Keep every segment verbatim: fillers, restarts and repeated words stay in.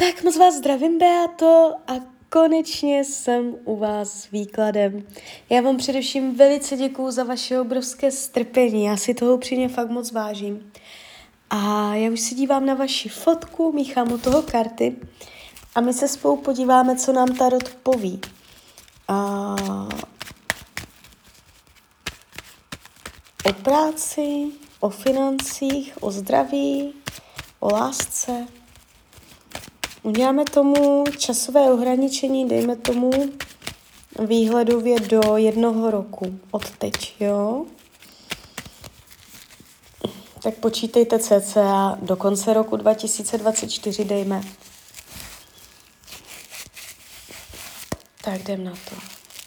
Tak moc vás zdravím, Beato, a konečně jsem u vás s výkladem. Já vám především velice děkuju za vaše obrovské strpení, já si toho upřímně fakt moc vážím. A já už si dívám na vaši fotku, míchám u toho karty a my se spolu podíváme, co nám tarot poví. A... O práci, o financích, o zdraví, o lásce. Uděláme tomu časové ohraničení, dejme tomu výhledově do jednoho roku od teď, jo? Tak počítejte cca do konce roku dva tisíce dvacet čtyři, dejme. Tak jdem na to.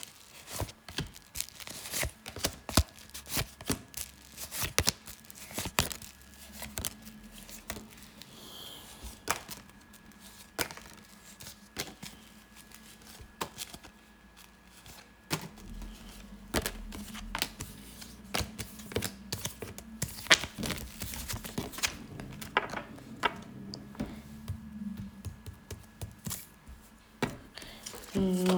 No,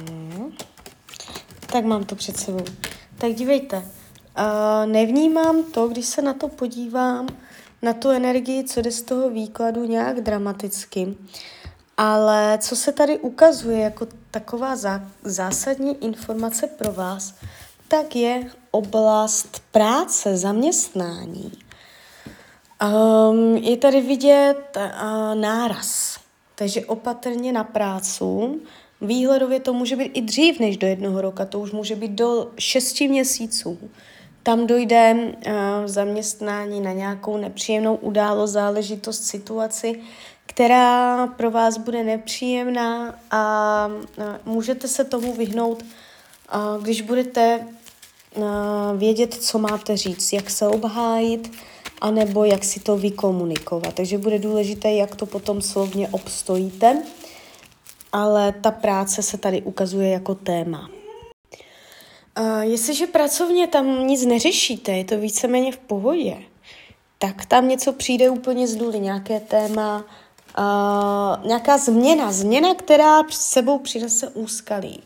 tak mám to před sebou. Tak dívejte, uh, nevnímám to, když se na to podívám, na tu energii, co jde z toho výkladu nějak dramaticky, ale co se tady ukazuje jako taková zá, zásadní informace pro vás, tak je oblast práce, zaměstnání. Um, je tady vidět uh, náraz, takže opatrně na prácu. Výhledově to může být i dřív než do jednoho roka, to už může být do šesti měsíců. Tam dojde uh, v zaměstnání na nějakou nepříjemnou událost, záležitost, situaci, která pro vás bude nepříjemná a uh, můžete se tomu vyhnout, uh, když budete uh, vědět, co máte říct, jak se obhájit, anebo jak si to vykomunikovat. Takže bude důležité, jak to potom slovně obstojíte, ale ta práce se tady ukazuje jako téma. Uh, jestliže pracovně tam nic neřešíte, je to víceméně v pohodě, tak tam něco přijde úplně z nuly, nějaké téma, uh, nějaká změna, změna, která s sebou přinese úskalí.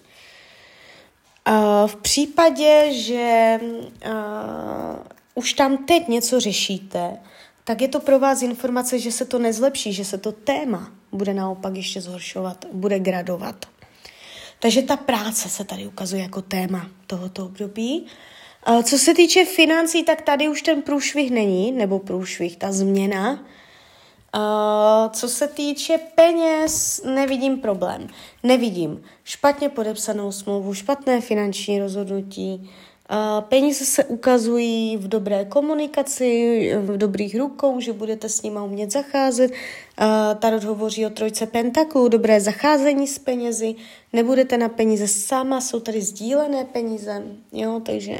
Uh, v případě, že uh, už tam teď něco řešíte, tak je to pro vás informace, že se to nezlepší, že se to téma bude naopak ještě zhoršovat, bude gradovat. Takže ta práce se tady ukazuje jako téma tohoto období. Co se týče financí, tak tady už ten průšvih není, nebo průšvih, ta změna. Co se týče peněz, nevidím problém. Nevidím špatně podepsanou smlouvu, špatné finanční rozhodnutí. Peníze se ukazují v dobré komunikaci, v dobrých rukou, že budete s nima umět zacházet. Tarot hovoří o trojce pentaklů, dobré zacházení s penězi. Nebudete na peníze sama, jsou tady sdílené peníze, jo, takže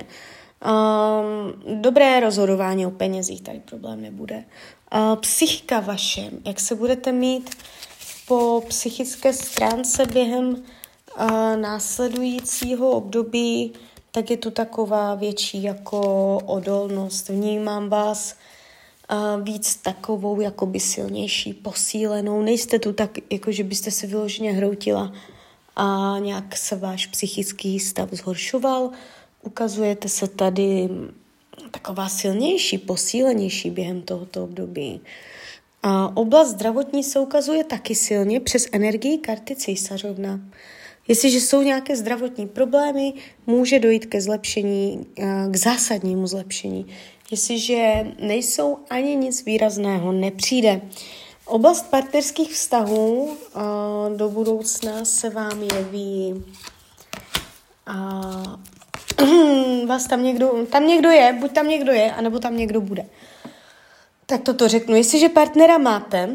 um, dobré rozhodování o penězích, tady problém nebude. Uh, psychika vaše, jak se budete mít po psychické stránce během uh, následujícího období, tak je tu taková větší jako odolnost. Vnímám vás uh, víc takovou jakoby silnější, posílenou. Nejste tu tak, jako že byste se vyloženě hroutila a nějak se váš psychický stav zhoršoval. Ukazujete se tady taková silnější, posílenější během tohoto období. A oblast zdravotní se ukazuje taky silně přes energii karty císařovna. Jestliže jsou nějaké zdravotní problémy, může dojít ke zlepšení, k zásadnímu zlepšení. Jestliže nejsou ani nic výrazného, nepřijde. Oblast partnerských vztahů do budoucna se vám jeví a vás tam někdo, tam někdo je, buď tam někdo je, anebo tam někdo bude. Tak toto řeknu. Jestliže partnera máte,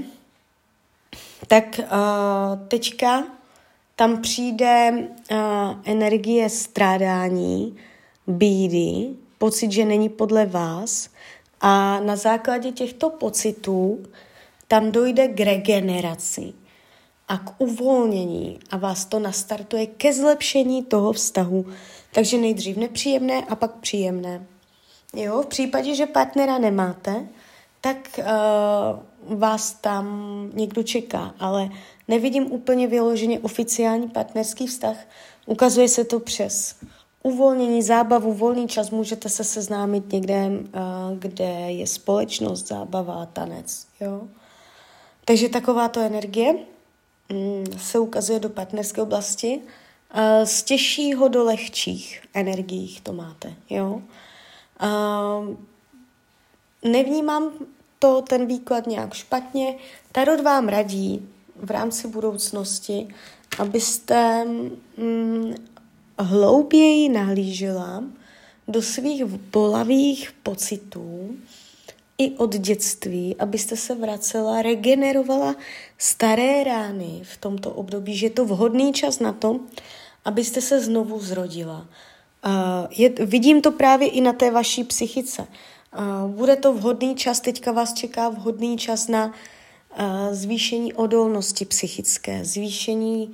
tak uh, teďka tam přijde uh, energie strádání, bídy, pocit, že není podle vás a na základě těchto pocitů tam dojde k regeneraci a k uvolnění a vás to nastartuje ke zlepšení toho vztahu. Takže nejdřív nepříjemné a pak příjemné. Jo, v případě, že partnera nemáte, tak uh, vás tam někdo čeká, ale nevidím úplně vyloženě oficiální partnerský vztah. Ukazuje se to přes uvolnění, zábavu, volný čas, můžete se seznámit někde, uh, kde je společnost, zábava, tanec, jo. Takže takováto energie mm, se ukazuje do partnerské oblasti. Uh, z těžšího do lehčích energií to máte, jo. Uh, nevnímám to, ten výklad nějak špatně. Tarot vám radí v rámci budoucnosti, abyste mm, hlouběji nahlížela do svých bolavých pocitů i od dětství, abyste se vracela, regenerovala staré rány v tomto období, že je to vhodný čas na to, abyste se znovu zrodila. Uh, je, vidím to právě i na té vaší psychice. Uh, bude to vhodný čas, teďka vás čeká vhodný čas na uh, zvýšení odolnosti psychické, zvýšení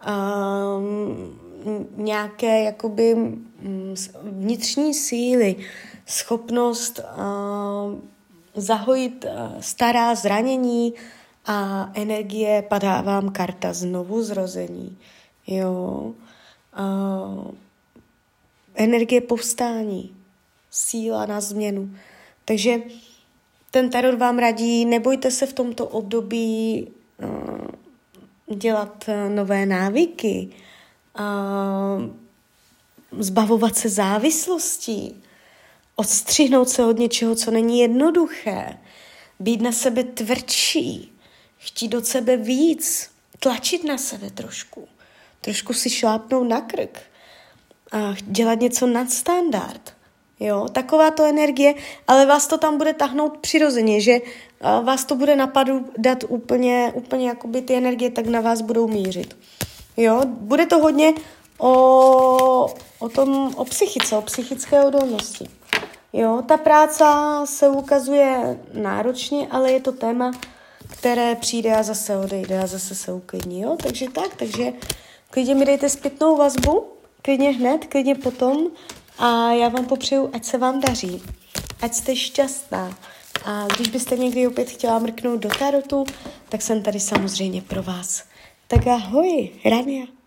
uh, nějaké jakoby um, vnitřní síly, schopnost uh, zahojit uh, stará zranění a energie, padá vám karta znovu zrození. Jo. Uh, energie povstání, síla na změnu. Takže ten tarot vám radí, nebojte se v tomto období uh, dělat uh, nové návyky, uh, zbavovat se závislostí, odstřihnout se od něčeho, co není jednoduché, být na sebe tvrdší, chtít od sebe víc, tlačit na sebe trošku, trošku si šlápnout na krk a dělat něco nadstandard. Jo, taková to energie, ale vás to tam bude tahnout přirozeně, že vás to bude napadat úplně, úplně jakoby ty energie tak na vás budou mířit. Jo, bude to hodně o, o tom, o psychice, o psychické odolnosti. Jo, ta práce se ukazuje náročně, ale je to téma, které přijde a zase odejde a zase se uklidní. Jo, takže tak, takže klidně mi dejte zpětnou vazbu, klidně hned, klidně potom a já vám popřeju, ať se vám daří, ať jste šťastná. A když byste někdy opět chtěla mrknout do tarotu, tak jsem tady samozřejmě pro vás. Tak ahoj, Rania.